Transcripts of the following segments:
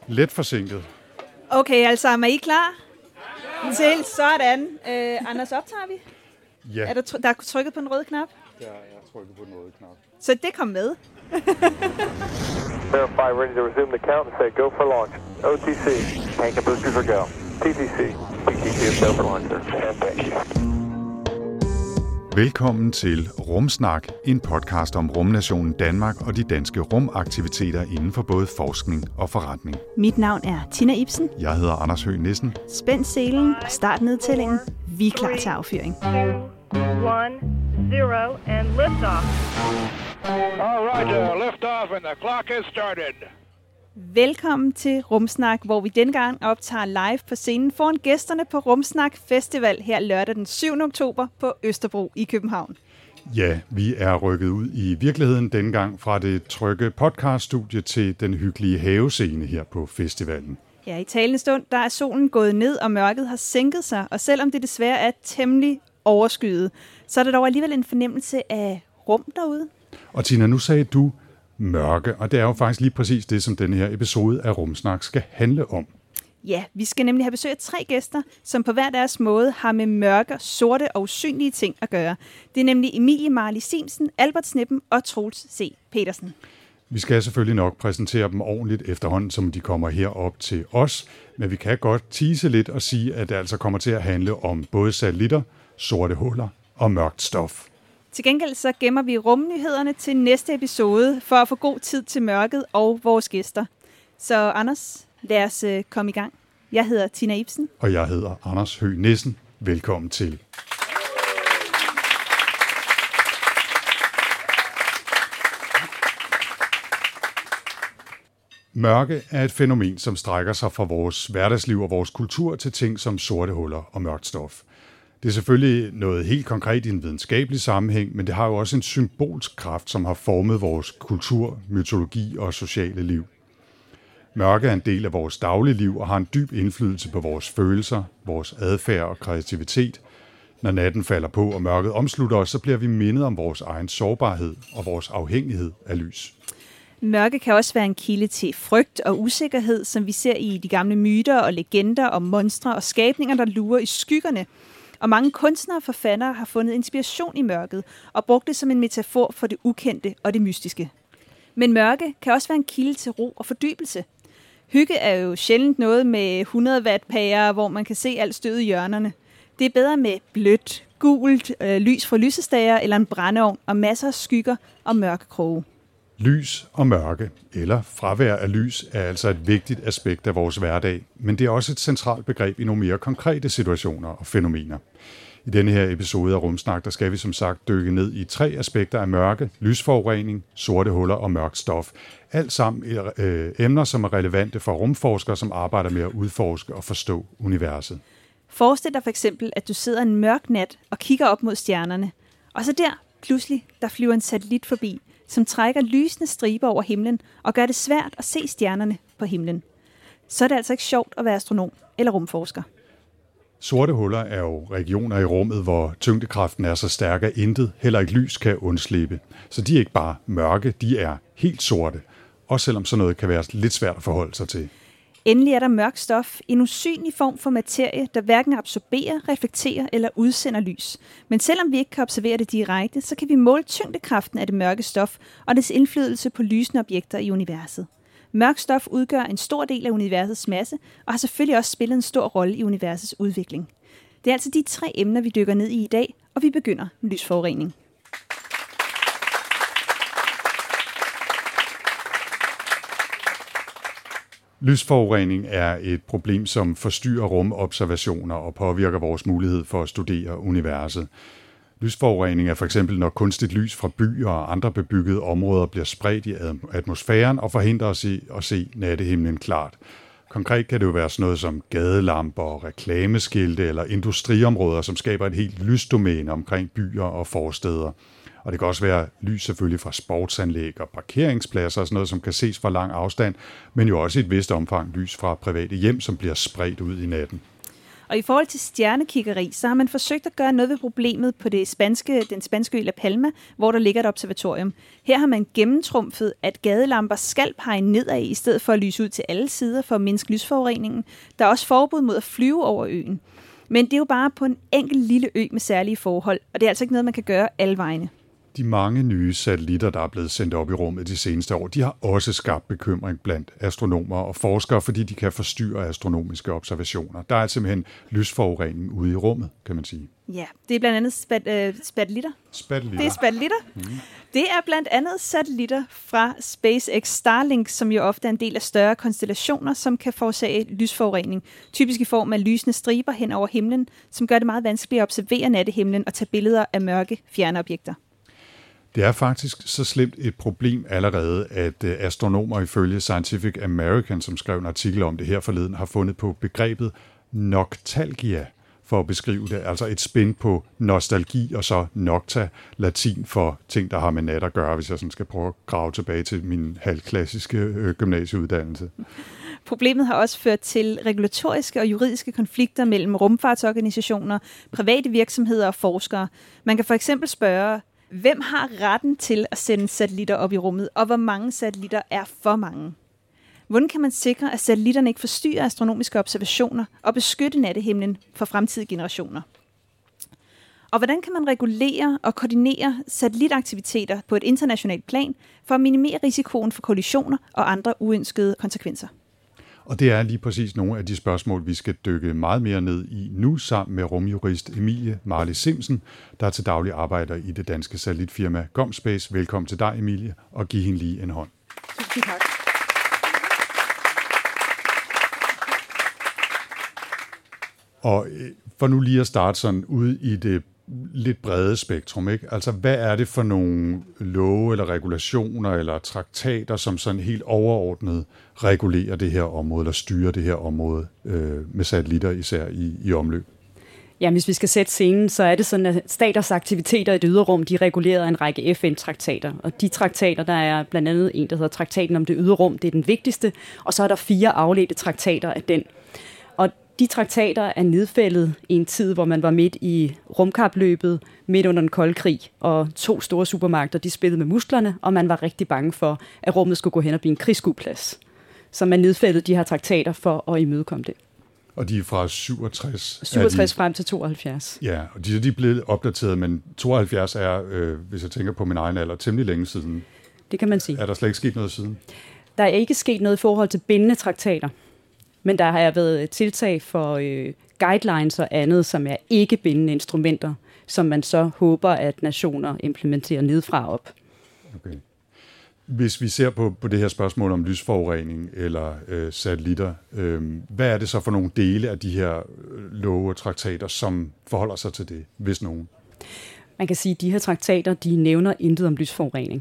Let forsinket. Okay, altså, er I klar? Til sådan. Anders, optager vi? Ja. Er der trykket på den røde knap? Ja, jeg har trykket på den røde knap. Så det kom med. Verify, ready to resume the count and say go for launch. OTC, tank and boosters are go. TTC, PTC is go for launch, sir. And thank you. Velkommen til Rumsnak, en podcast om rumnationen Danmark og de danske rumaktiviteter inden for både forskning og forretning. Mit navn er Tina Ibsen. Jeg hedder Anders Høgh Nissen. Spænd selen og start nedtællingen. Vi er klar til affyring. 2, 1, 0 and liftoff. All right, liftoff and the clock has started. Velkommen til Rumsnak, hvor vi denne gang optager live på scenen foran gæsterne på Rumsnak Festival her lørdag den 7. oktober på Østerbro i København. Ja, vi er rykket ud i virkeligheden denne gang fra det trygge podcaststudie til den hyggelige havescene her på festivalen. Ja, i talende stund, der er solen gået ned, og mørket har sænket sig, og selvom det desværre er temmelig overskyet, så er der dog alligevel en fornemmelse af rum derude. Og Tina, nu sagde du mørke, og det er jo faktisk lige præcis det, som denne her episode af Rumsnak skal handle om. Ja, vi skal nemlig have besøg af 3 gæster, som på hver deres måde har med mørke, sorte og usynlige ting at gøre. Det er nemlig Emilie Marley Simsen, Albert Snippen og Troels C. Petersen. Vi skal selvfølgelig nok præsentere dem ordentligt efterhånden, som de kommer herop til os, men vi kan godt tease lidt og sige, at det altså kommer til at handle om både satellitter, sorte huller og mørkt stof. Til gengæld så gemmer vi rumnyhederne til næste episode for at få god tid til mørket og vores gæster. Så Anders, lad os komme i gang. Jeg hedder Tina Ibsen. Og jeg hedder Anders Høgh Nissen. Velkommen til. Mørke er et fænomen, som strækker sig fra vores hverdagsliv og vores kultur til ting som sorte huller og mørkt stof. Det er selvfølgelig noget helt konkret i en videnskabelig sammenhæng, men det har jo også en symbolsk kraft, som har formet vores kultur, mytologi og sociale liv. Mørke er en del af vores dagligliv og har en dyb indflydelse på vores følelser, vores adfærd og kreativitet. Når natten falder på og mørket omslutter os, så bliver vi mindet om vores egen sårbarhed og vores afhængighed af lys. Mørke kan også være en kilde til frygt og usikkerhed, som vi ser i de gamle myter og legender om monstre og skabninger, der lurer i skyggerne. Og mange kunstnere og forfattere har fundet inspiration i mørket og brugt det som en metafor for det ukendte og det mystiske. Men mørke kan også være en kilde til ro og fordybelse. Hygge er jo sjældent noget med 100 watt pærer, hvor man kan se alt stødet i hjørnerne. Det er bedre med blødt, gult, lys fra lysestager eller en brændeovn og masser af skygger og mørke kroge. Lys og mørke, eller fravær af lys, er altså et vigtigt aspekt af vores hverdag, men det er også et centralt begreb i nogle mere konkrete situationer og fænomener. I denne her episode af Rumsnak, der skal vi som sagt dykke ned i 3 aspekter af mørke, lysforurening, sorte huller og mørkt stof. Alt sammen emner, som er relevante for rumforskere, som arbejder med at udforske og forstå universet. Forestil dig for eksempel, at du sidder en mørk nat og kigger op mod stjernerne, og så pludselig, der flyver en satellit forbi, som trækker lysende striber over himlen og gør det svært at se stjernerne på himlen. Så er det altså ikke sjovt at være astronom eller rumforsker. Sorte huller er jo regioner i rummet, hvor tyngdekraften er så stærk, at intet, heller ikke lys, kan undslippe. Så de er ikke bare mørke, de er helt sorte. Også selvom sådan noget kan være lidt svært at forholde sig til. Endelig er der mørkt stof, en usynlig form for materie, der hverken absorberer, reflekterer eller udsender lys. Men selvom vi ikke kan observere det direkte, så kan vi måle tyngdekraften af det mørke stof og dets indflydelse på lysende objekter i universet. Mørkt stof udgør en stor del af universets masse og har selvfølgelig også spillet en stor rolle i universets udvikling. Det er altså de 3 emner, vi dykker ned i dag, og vi begynder med lysforurening. Lysforurening er et problem, som forstyrrer rumobservationer og påvirker vores mulighed for at studere universet. Lysforurening er for eksempel, når kunstigt lys fra byer og andre bebyggede områder bliver spredt i atmosfæren og forhindrer os i at se nattehimlen klart. Konkret kan det jo være sådan noget som gadelamper, reklameskilte eller industriområder, som skaber et helt lysdomæne omkring byer og forstæder. Og det kan også være lys selvfølgelig fra sportsanlæg og parkeringspladser og sådan noget, som kan ses fra lang afstand, men jo også i et vist omfang lys fra private hjem, som bliver spredt ud i natten. Og i forhold til stjernekiggeri, så har man forsøgt at gøre noget ved problemet på den spanske ø La Palma, hvor der ligger et observatorium. Her har man gennemtrumfet, at gadelamper skal pege nedad, i stedet for at lyse ud til alle sider for at mindske lysforureningen. Der er også forbud mod at flyve over øen. Men det er jo bare på en enkelt lille ø med særlige forhold, og det er altså ikke noget, man kan gøre alle vegne. De mange nye satellitter, der er blevet sendt op i rummet de seneste år, de har også skabt bekymring blandt astronomer og forskere, fordi de kan forstyrre astronomiske observationer. Der er simpelthen lysforurening ude i rummet, kan man sige. Ja, det er blandt andet satellitter. Det er satellitter. Det er blandt andet satellitter fra SpaceX Starlink, som jo ofte er en del af større konstellationer, som kan forårsage lysforurening. Typisk i form af lysende striber hen over himlen, som gør det meget vanskeligt at observere nattehimlen og tage billeder af mørke, fjerne objekter. Det er faktisk så slemt et problem allerede, at astronomer ifølge Scientific American, som skrev en artikel om det her forleden, har fundet på begrebet noctalgia for at beskrive det. Altså et spin på nostalgi og så nocta, latin for ting, der har med nat at gøre, hvis jeg sådan skal prøve at grave tilbage til min halvklassiske gymnasieuddannelse. Problemet har også ført til regulatoriske og juridiske konflikter mellem rumfartsorganisationer, private virksomheder og forskere. Man kan for eksempel spørge, hvem har retten til at sende satellitter op i rummet, og hvor mange satellitter er for mange? Hvordan kan man sikre, at satellitterne ikke forstyrrer astronomiske observationer og beskytte nattehimlen for fremtidige generationer? Og hvordan kan man regulere og koordinere satellitaktiviteter på et internationalt plan for at minimere risikoen for kollisioner og andre uønskede konsekvenser? Og det er lige præcis nogle af de spørgsmål, vi skal dykke meget mere ned i nu, sammen med rumjurist Emilie Marley Simpson, der til daglig arbejder i det danske satellitfirma GomSpace. Velkommen til dig, Emilie, og giv hende lige en hånd. Tusind tak. Og for nu lige at starte sådan ude i det lidt brede spektrum, ikke? Altså, hvad er det for nogle love eller regulationer eller traktater, som sådan helt overordnet regulerer det her område, eller styrer det her område med satellitter især i omløb? Ja, hvis vi skal sætte scenen, så er det sådan, at staters aktiviteter i det ydre rum, de er reguleret af en række FN-traktater. Og de traktater, der er blandt andet en, der hedder Traktaten om det ydre rum, det er den vigtigste, og så er der 4 afledte traktater af den. Og de traktater er nedfældet i en tid, hvor man var midt i rumkapløbet, midt under den kolde krig, og 2 store supermagter, de spillede med musklerne, og man var rigtig bange for, at rummet skulle gå hen og blive en krigsskueplads. Så man nedfældede de her traktater for at imødekomme det. Og de er fra 67? 67 frem til 72. Ja, og de er blevet opdateret, men 72 er, hvis jeg tænker på min egen alder, temmelig længe siden. Det kan man sige. Er der slet ikke sket noget siden? Der er ikke sket noget i forhold til bindende traktater. Men der har været tiltag for guidelines og andet, som er ikke bindende instrumenter, som man så håber, at nationer implementerer nedefra op. Okay. Hvis vi ser på det her spørgsmål om lysforurening eller satellitter, hvad er det så for nogle dele af de her love og traktater, som forholder sig til det, hvis nogen? Man kan sige, at de her traktater, de nævner intet om lysforurening.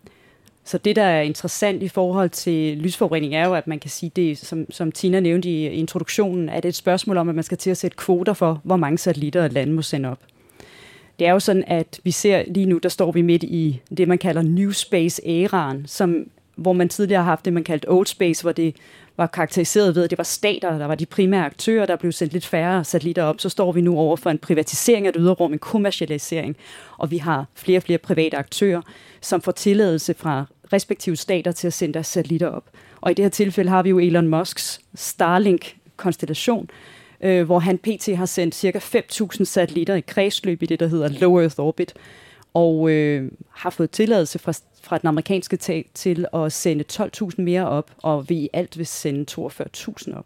Så det, der er interessant i forhold til lysforurening, er jo, at man kan sige det, som Tina nævnte i introduktionen, at det er et spørgsmål om, at man skal til at sætte kvoter for, hvor mange satellitter et land må sende op. Det er jo sådan, at vi ser lige nu, der står vi midt i det, man kalder New Space-æraen, hvor man tidligere har haft det, man kaldte Old Space, hvor det var karakteriseret ved, at det var stater, der var de primære aktører, der blev sendt lidt færre satellitter op. Så står vi nu over for en privatisering af det ydre rum, en kommercialisering, og vi har flere og flere private aktører, som får tilladelse fra respektive stater til at sende deres satellitter op. Og i det her tilfælde har vi jo Elon Musks Starlink-konstellation, hvor han pt. Har sendt ca. 5.000 satellitter i kredsløb i det, der hedder Low Earth Orbit, og har fået tilladelse fra den amerikanske stat til at sende 12.000 mere op, og vi i alt vil sende 42.000 op.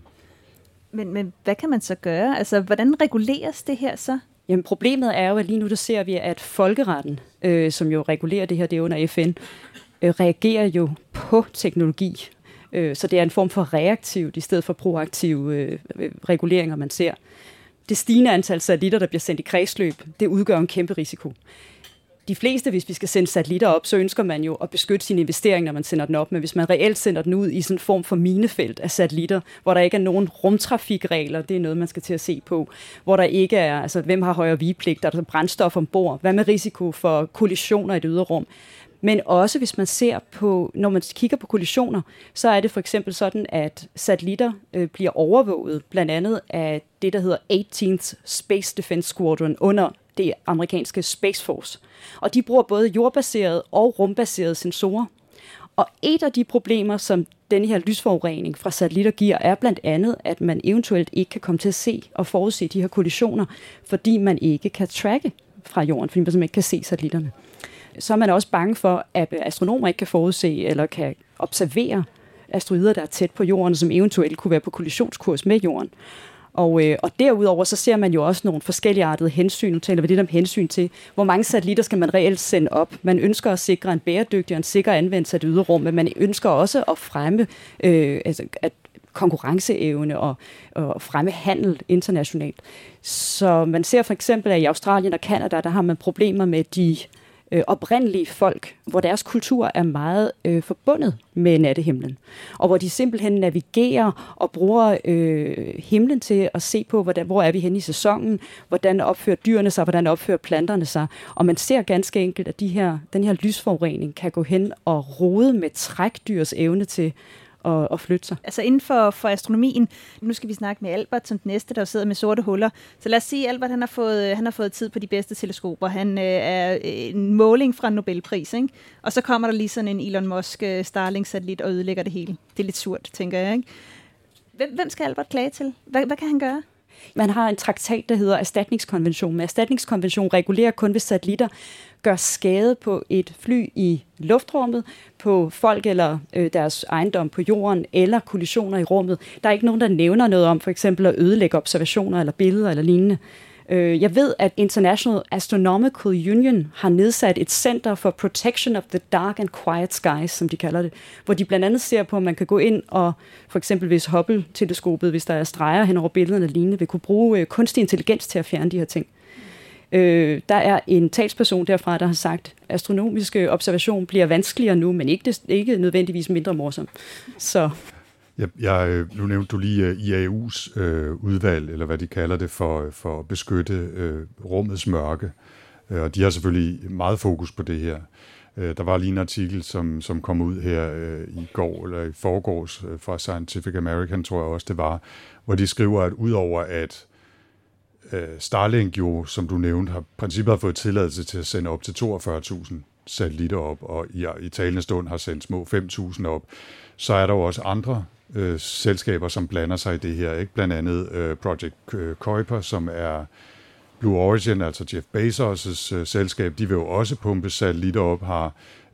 Men hvad kan man så gøre? Altså, hvordan reguleres det her så? Jamen, problemet er jo, at lige nu der ser vi, at folkeretten, som jo regulerer det her, det er under FN, reagerer jo på teknologi. Så det er en form for reaktivt i stedet for proaktive reguleringer, man ser. Det stigende antal satellitter, der bliver sendt i kredsløb, det udgør en kæmpe risiko. De fleste, hvis vi skal sende satellitter op, så ønsker man jo at beskytte sin investering, når man sender den op. Men hvis man reelt sender den ud i sådan en form for minefelt af satellitter, hvor der ikke er nogen rumtrafikregler, det er noget, man skal til at se på. Hvor der ikke er, altså hvem har højere vigepligt, der er brændstof ombord, hvad med risiko for kollisioner i det ydre rum. Men også hvis man ser på, når man kigger på kollisioner, så er det for eksempel sådan, at satellitter bliver overvåget, blandt andet af det, der hedder 18th Space Defense Squadron under det amerikanske Space Force. Og de bruger både jordbaserede og rumbaserede sensorer. Og et af de problemer, som denne her lysforurening fra satellitter giver, er blandt andet, at man eventuelt ikke kan komme til at se og forudse de her kollisioner, fordi man ikke kan tracke fra jorden, fordi man simpelthen ikke kan se satellitterne. Så er man også bange for, at astronomer ikke kan forudse eller kan observere asteroider, der er tæt på jorden, som eventuelt kunne være på kollisionskurs med jorden. Og derudover så ser man jo også nogle forskelligartede hensyn. Nu taler vi lidt om hensyn til, hvor mange satellitter skal man reelt sende op. Man ønsker at sikre en bæredygtig og en sikker anvendelse af det ydre rum, men man ønsker også at fremme at konkurrenceevne og fremme handel internationalt. Så man ser for eksempel, at i Australien og Canada, der har man problemer med de oprindelige folk, hvor deres kultur er meget forbundet med nattehimlen, og hvor de simpelthen navigerer og bruger himlen til at se på, hvor er vi henne i sæsonen, hvordan opfører dyrene sig, hvordan opfører planterne sig, og man ser ganske enkelt, at den her lysforurening kan gå hen og rode med trækdyrs evne til at flytte sig. Altså inden for astronomien, nu skal vi snakke med Albert som den næste, der sidder med sorte huller. Så lad os sige, at Albert han har fået tid på de bedste teleskoper. Han er en måling fra en Nobelpris, ikke? Og så kommer der lige sådan en Elon Musk Starlink-satellit og ødelægger det hele. Det er lidt surt, tænker jeg, ikke? Hvem skal Albert klage til? Hvad kan han gøre? Man har en traktat, der hedder erstatningskonvention. Men erstatningskonvention regulerer kun, hvis satellitter gør skade på et fly i luftrummet, på folk eller deres ejendom på jorden, eller kollisioner i rummet. Der er ikke nogen, der nævner noget om for eksempel at ødelægge observationer eller billeder eller lignende. Jeg ved, at International Astronomical Union har nedsat et Center for Protection of the Dark and Quiet Skies, som de kalder det, hvor de blandt andet ser på, at man kan gå ind og for eksempel hvis Hubble-teleskopet, hvis der er streger hen over billederne eller lignende, vil kunne bruge kunstig intelligens til at fjerne de her ting. Der er en talsperson derfra, der har sagt, at astronomiske observation bliver vanskeligere nu, men ikke nødvendigvis mindre morsom. Så nu nævnte du lige IAU's udvalg, eller hvad de kalder det, for at beskytte rummets mørke. Og de har selvfølgelig meget fokus på det her. Der var lige en artikel, som kom ud her i går, eller i forgårs fra Scientific American, tror jeg også det var, hvor de skriver, at udover at Starlink jo, som du nævnte, har princippet har fået tilladelse til at sende op til 42.000 satellitter op, og i talende stund har sendt små 5.000 op, så er der jo også andre selskaber, som blander sig i det her, ikke? Blandt andet Project Kuiper, som er Blue Origin, altså Jeff Bezos' selskab, de vil jo også pumpe satellitter op, har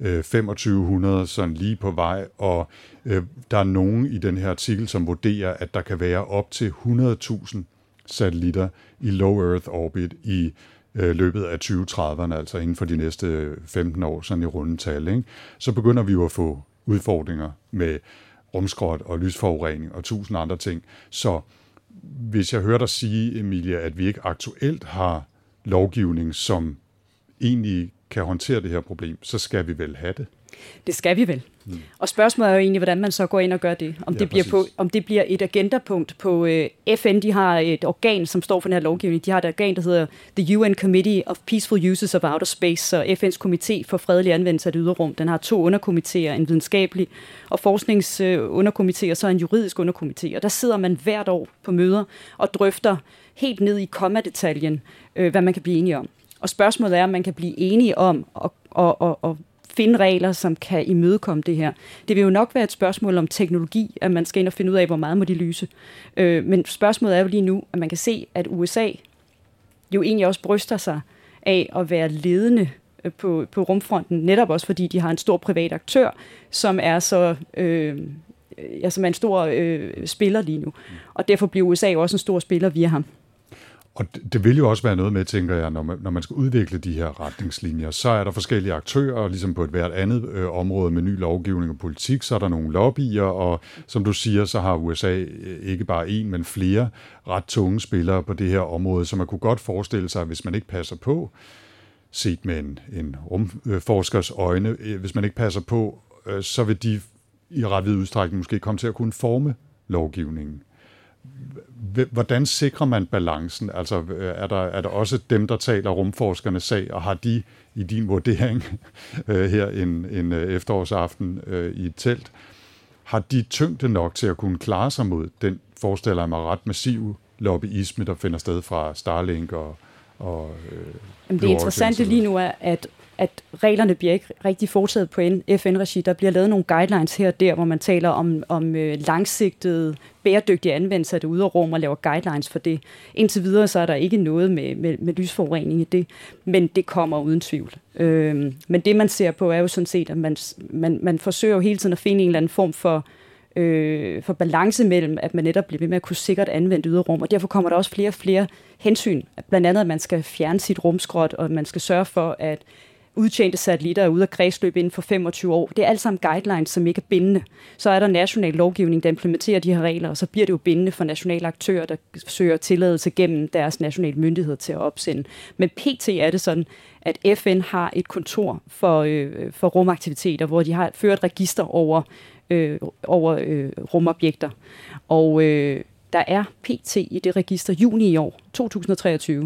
2500 sådan lige på vej, og der er nogen i den her artikel, som vurderer, at der kan være op til 100.000 satellitter i low Earth orbit i løbet af 2030'erne, altså inden for de næste 15 år, sådan i rundetal, ikke? Så begynder vi jo at få udfordringer med rumskrot og lysforurening og 1000 andre ting. Så hvis jeg hører dig sige, Emilia, at vi ikke aktuelt har lovgivning, som egentlig kan håndtere det her problem, så skal vi vel have det? Det skal vi vel. Og spørgsmålet er jo egentlig, hvordan man så går ind og gør det. Om det bliver et agendapunkt på FN. De har et organ, som står for den her lovgivning. De har et organ, der hedder The UN Committee of Peaceful Uses of Outer Space, så FN's komité for fredelig anvendelse af det ydre rum. Den har 2 underkomitéer, en videnskabelig og forskningsunderkomité, og så en juridisk underkomité. Og der sidder man hvert år på møder og drøfter helt ned i kommadetaljen, hvad man kan blive enige om. Og spørgsmålet er, om man kan blive enige om at finde regler, som kan imødekomme det her. Det vil jo nok være et spørgsmål om teknologi, at man skal ind og finde ud af, hvor meget må de lyse. Men spørgsmålet er jo lige nu, at man kan se, at USA jo egentlig også bryster sig af at være ledende på rumfronten, netop også fordi de har en stor privat aktør, som er så som er en stor spiller lige nu. Og derfor bliver USA også en stor spiller via ham. Og det vil jo også være noget med, tænker jeg, når man skal udvikle de her retningslinjer, så er der forskellige aktører, ligesom på et hvert andet område med ny lovgivning og politik, så er der nogle lobbyer, og som du siger, så har USA ikke bare én, men flere ret tunge spillere på det her område, så man kunne godt forestille sig, at hvis man ikke passer på, set med en rumforskers øjne, hvis man ikke passer på, så vil de i ret vid udstrækning måske komme til at kunne forme lovgivningen. Hvordan sikrer man balancen? Altså er der også dem, der taler rumforskernes sag, og har de i din vurdering her en efterårsaften i et telt, har de tyngde nok til at kunne klare sig mod den, forestiller jeg mig, ret massive lobbyisme, der finder sted fra Starlink og det interessante lige nu er, at reglerne bliver ikke rigtig foretaget på FN-regi. Der bliver lavet nogle guidelines her og der, hvor man taler om langsigtede, bæredygtige anvendelser af det ydre rum og laver guidelines for det. Indtil videre så er der ikke noget med lysforurening i det, men det kommer uden tvivl. Men det man ser på er jo sådan set, at man forsøger jo hele tiden at finde en eller anden form for balance mellem, at man netop bliver ved med at kunne sikkert anvende det ydre rum, og derfor kommer der også flere og flere hensyn. Blandt andet, at man skal fjerne sit rumskrot, og man skal sørge for, at udtjente satellitter er ude af kredsløb inden for 25 år. Det er alt sammen guidelines, som ikke er bindende. Så er der national lovgivning, der implementerer de her regler, og så bliver det jo bindende for nationale aktører, der søger tilladelse gennem deres nationale myndigheder til at opsende. Men PT er det sådan, at FN har et kontor for rumaktiviteter, hvor de har ført register over rumobjekter. Og der er PT i det register juni i år, 2023,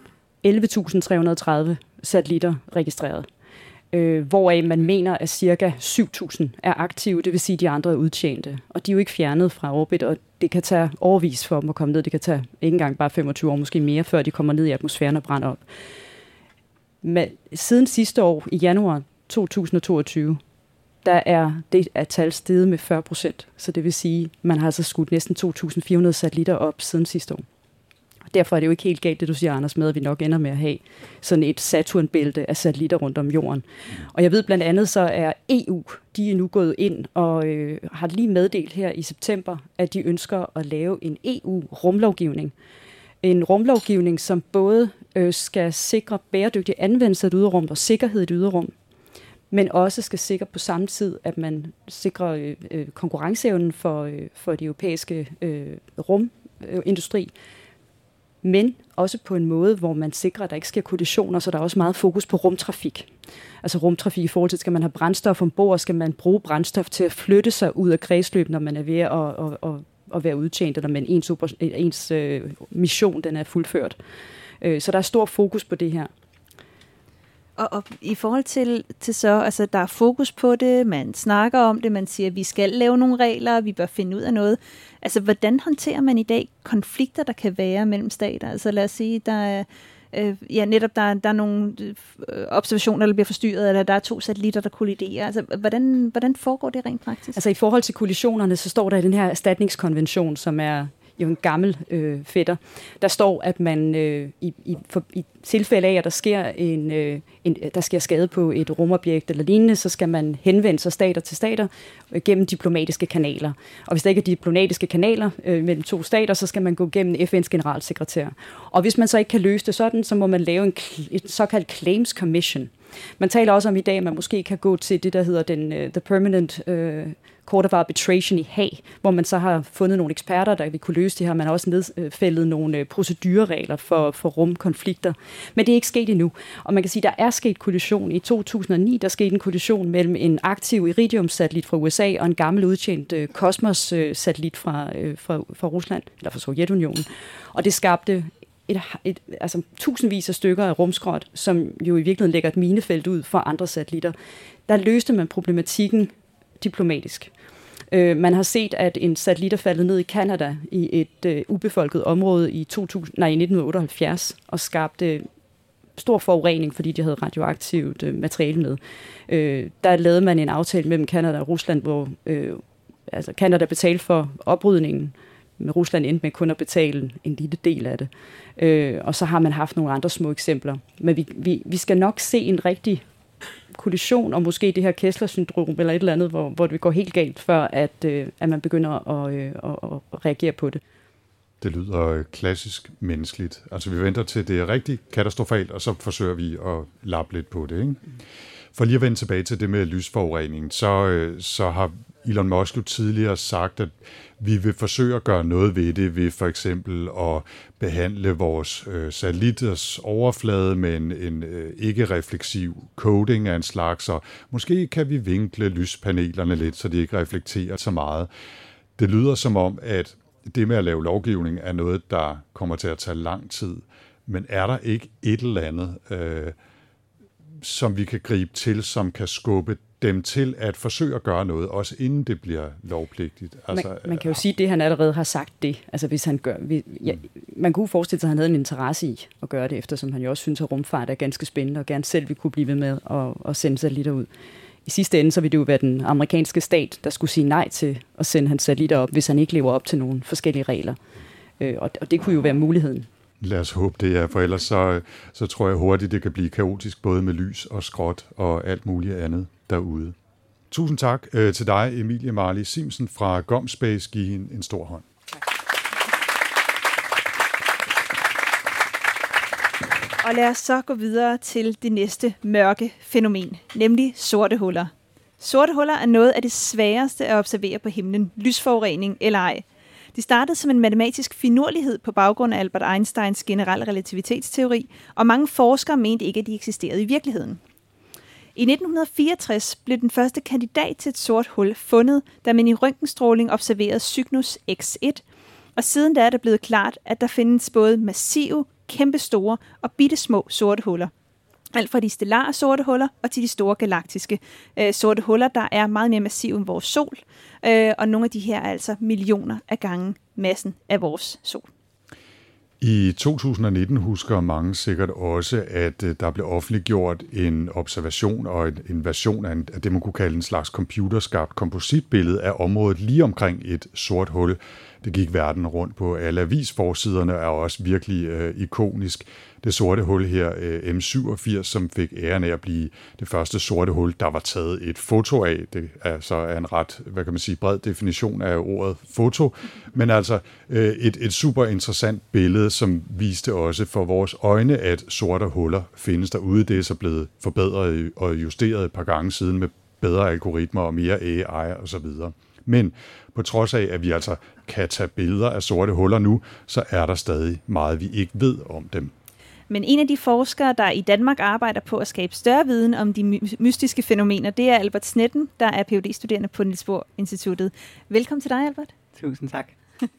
11.330 satellitter registreret, hvoraf man mener, at cirka 7.000 er aktive, det vil sige, at de andre er udtjente. Og de er jo ikke fjernet fra orbit, og det kan tage årevis for dem at komme ned. Det kan tage ikke engang bare 25 år, måske mere, før de kommer ned i atmosfæren og brænder op. Men siden sidste år, i januar 2022, der er det tal steget med 40%. Så det vil sige, at man har altså skudt næsten 2.400 satellitter op siden sidste år. Derfor er det jo ikke helt galt, det du siger, Anders, med, at vi nok ender med at have sådan et Saturn-bælte af satellitter rundt om jorden. Og jeg ved blandt andet, så er EU, de er nu gået ind og har lige meddelt her i september, at de ønsker at lave en EU-rumlovgivning. En rumlovgivning, som både skal sikre bæredygtig anvendelse af det ydre rum og sikkerhed i det ydre rum, men også skal sikre på samme tid, at man sikrer konkurrenceevnen for de europæiske rumindustri, men også på en måde, hvor man sikrer, at der ikke sker kollisioner, så der er også meget fokus på rumtrafik. Altså rumtrafik i forhold til, skal man have brændstof ombord, skal man bruge brændstof til at flytte sig ud af kredsløb, når man er ved at være udtjent, eller men ens mission den er fuldført. Så der er stor fokus på det her. Og i forhold til så, altså der er fokus på det, man snakker om det, man siger, at vi skal lave nogle regler, vi bør finde ud af noget. Altså, hvordan håndterer man i dag konflikter, der kan være mellem stater? Altså, lad os sige, der er, netop der er nogle observationer, der bliver forstyrret, eller der er 2 satellitter, der kolliderer. Altså, hvordan foregår det rent praktisk? Altså, i forhold til kollisionerne, så står der i den her erstatningskonvention, som er jo en gammel fætter. Der står, at man i tilfælde af, at der sker skade på et rumobjekt eller lignende, så skal man henvende sig stater til stater gennem diplomatiske kanaler. Og hvis der ikke er diplomatiske kanaler mellem 2 stater, så skal man gå gennem FN's generalsekretær. Og hvis man så ikke kan løse det sådan, så må man lave et såkaldt Claims Commission. Man taler også om i dag, at man måske kan gå til det, der hedder The Permanent Court of Arbitration i Haag, hvor man så har fundet nogle eksperter, der vil kunne løse det her. Man har også nedfældet nogle procedureregler for rumkonflikter. Men det er ikke sket endnu. Og man kan sige, at der er sket kollision. I 2009, der skete en kollision mellem en aktiv Iridium-satellit fra USA og en gammel udtjent Cosmos-satellit fra Rusland, eller fra Sovjetunionen. Og det skabte altså tusindvis af stykker af rumskrot, som jo i virkeligheden lægger et minefelt ud for andre satellitter. Der løste man problematikken diplomatisk. Man har set, at en satellit er faldet ned i Canada i et ubefolket område i 1978 og skabte stor forurening, fordi de havde radioaktivt materiale med. Der lavede man en aftale mellem Canada og Rusland, hvor Canada betalte for oprydningen, men Rusland endte med kun at betale en lille del af det. Og så har man haft nogle andre små eksempler. Men vi skal nok se en rigtig kollision, og måske det her Kessler-syndrom eller et eller andet, hvor det går helt galt, før at man begynder at reagere på det. Det lyder klassisk menneskeligt. Altså vi venter til det er rigtig katastrofalt, og så forsøger vi at lappe lidt på det, ikke? For lige at vende tilbage til det med lysforurening, så har Elon Musk jo tidligere sagt, at vi vil forsøge at gøre noget ved det, ved for eksempel at behandle vores satellitters overflade med en ikke-refleksiv coating af en slags, og måske kan vi vinkle lyspanelerne lidt, så de ikke reflekterer så meget. Det lyder som om, at det med at lave lovgivning er noget, der kommer til at tage lang tid. Men er der ikke et eller andet, som vi kan gribe til, som kan skubbe dem til at forsøge at gøre noget, også inden det bliver lovpligtigt? Altså, man kan jo sige, at det han allerede har sagt det. Altså hvis han gør, man kunne forestille sig, at han havde en interesse i at gøre det, eftersom han jo også synes, at rumfart er ganske spændende, og gerne selv vil kunne blive ved med at sende satellitter ud. I sidste ende, så ville det jo være den amerikanske stat, der skulle sige nej til at sende hans satellitter op, hvis han ikke lever op til nogle forskellige regler. Og det kunne jo være muligheden. Lad os håbe det, for ellers så tror jeg hurtigt, det kan blive kaotisk, både med lys og skrot og alt muligt andet derude. Tusind tak til dig, Emilie Marley Simsen fra GomSpace. Giv hende en stor hånd. Og lad os så gå videre til det næste mørke fænomen, nemlig sorte huller. Sorte huller er noget af det sværeste at observere på himlen, lysforurening eller ej. De startede som en matematisk finurlighed på baggrund af Albert Einsteins generelle relativitetsteori, og mange forskere mente ikke, at de eksisterede i virkeligheden. I 1964 blev den første kandidat til et sort hul fundet, da man i røntgenstråling observerede Cygnus X1, og siden da er det blevet klart, at der findes både massive, kæmpestore og bittesmå sorte huller. Alt fra de stellare sorte huller og til de store galaktiske sorte huller, der er meget mere massive end vores sol, og nogle af de her er altså millioner af gange massen af vores sol. I 2019 husker mange sikkert også, at der blev offentliggjort en observation og en version af det, man kunne kalde en slags computerskabt kompositbillede af området lige omkring et sort hul. Det gik verden rundt på alle avisforsiderne, er også virkelig ikonisk. Det sorte hul her, M87, som fik æren af at blive det første sorte hul, der var taget et foto af. Det er så en ret, bred definition af ordet foto. Men altså et super interessant billede, som viste også for vores øjne, at sorte huller findes derude. Det er så blevet forbedret og justeret et par gange siden med bedre algoritmer og mere AI osv. Men på trods af, at vi altså kan tage billeder af sorte huller nu, så er der stadig meget, vi ikke ved om dem. Men en af de forskere, der i Danmark arbejder på at skabe større viden om de mystiske fænomener, det er Albert Snetten, der er Ph.D.-studerende på Niels Bohr Instituttet. Velkommen til dig, Albert. Tusind tak.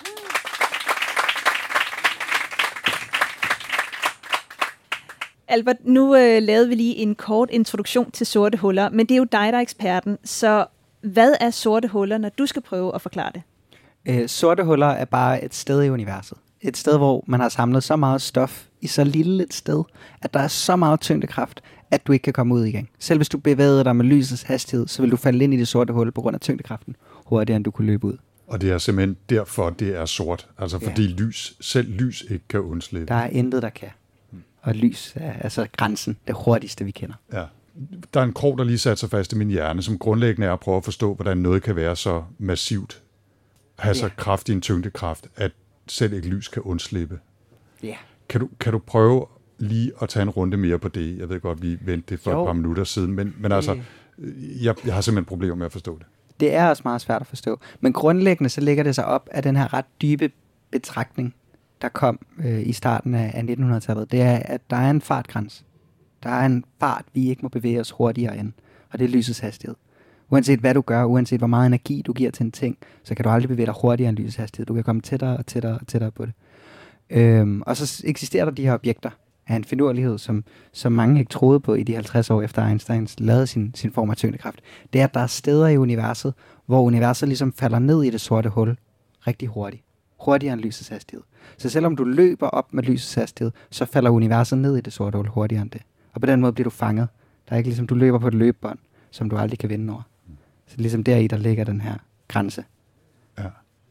Albert, nu lavede vi lige en kort introduktion til sorte huller, men det er jo dig, der er eksperten. Så hvad er sorte huller, når du skal prøve at forklare det? Sorte huller er bare et sted i universet. Et sted, hvor man har samlet så meget stof i så lille et sted, at der er så meget tyngdekraft, at du ikke kan komme ud igen. Selv hvis du bevæger dig med lysets hastighed, så vil du falde ind i det sorte hul på grund af tyngdekraften, hurtigere end du kunne løbe ud. Og det er simpelthen derfor, det er sort. Altså fordi selv lys ikke kan undslippe. Der er intet, der kan. Og lys er altså grænsen, det hurtigste, vi kender. Ja. Der er en krog, der lige satte sig fast i min hjerne, som grundlæggende er at prøve at forstå, hvordan noget kan være så massivt, have så kraftig en tyngdekraft, at selv ikke lys kan undslippe. Ja. Kan du prøve lige at tage en runde mere på det? Jeg ved godt, vi vendte det for et par minutter siden, men altså, jeg har simpelthen problemer med at forstå det. Det er også meget svært at forstå. Men grundlæggende så ligger det sig op af den her ret dybe betragtning, der kom i starten af 1900-tallet. Det er, at der er en fartgrænse. Der er en fart, vi ikke må bevæge os hurtigere end, og det er lysets hastighed. Uanset hvad du gør, uanset hvor meget energi du giver til en ting, så kan du aldrig bevæge dig hurtigere end lysets hastighed. Du kan komme tættere og tættere og tættere på det. Og så eksisterer der de her objekter af en finurlighed, som mange ikke troede på i de 50 år efter Einstein lavede sin form af tyngdekraft. Det er, at der er steder i universet, hvor universet ligesom falder ned i det sorte hul rigtig hurtigt. Hurtigere end lysets hastighed. Så selvom du løber op med lysets hastighed, så falder universet ned i det sorte hul hurtigere end det. Og på den måde bliver du fanget. Der er ikke ligesom, du løber på et løbebånd, som du aldrig kan vinde over. Så ligesom deri, der ligger den her grænse. Ja.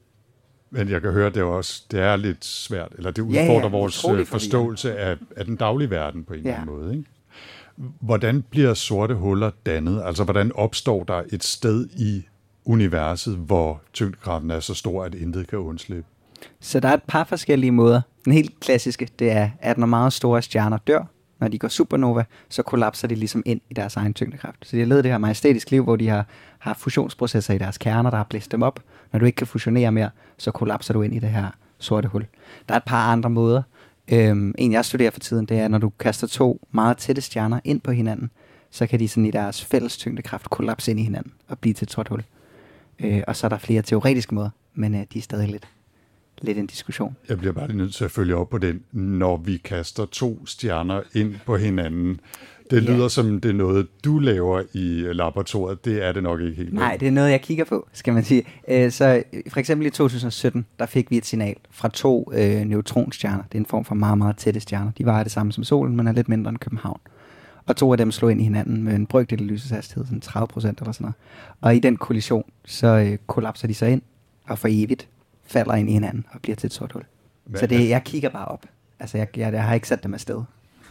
Men jeg kan høre, det er lidt svært, eller det udfordrer vores forståelse af den daglige verden på en eller anden måde. Ikke? Hvordan bliver sorte huller dannet? Altså, hvordan opstår der et sted i universet, hvor tyngdekraften er så stor, at intet kan undslippe? Så der er et par forskellige måder. Den helt klassiske, det er, at når meget store stjerner dør, når de går supernova, så kollapser de ligesom ind i deres egen tyngdekraft. Så de har levet det her majestætiske liv, hvor de har fusionsprocesser i deres kerner, der har blæst dem op. Når du ikke kan fusionere mere, så kollapser du ind i det her sorte hul. Der er et par andre måder. En jeg studerer for tiden, det er, når du kaster to meget tætte stjerner ind på hinanden, så kan de sådan i deres fælles tyngdekraft kollapse ind i hinanden og blive til et sort hul. Og så er der flere teoretiske måder, men de er stadig lidt en diskussion. Jeg bliver bare lige nødt til at følge op på den. Når vi kaster 2 stjerner ind på hinanden, det lyder som det er noget, du laver i laboratoriet. Det er det nok ikke helt. Nej, det er noget, jeg kigger på, skal man sige. Så for eksempel i 2017, der fik vi et signal fra 2 neutronstjerner. Det er en form for meget, meget tætte stjerner. De vejer det samme som solen, men er lidt mindre end København. Og 2 af dem slog ind i hinanden med en brøkdel af lysets hastighed, sådan 30% eller sådan noget. Og i den kollision, så kollapser de sig ind, og for evigt falder ind i hinanden og bliver til et sort hul. Så jeg kigger bare op. Altså, jeg har ikke sat dem afsted.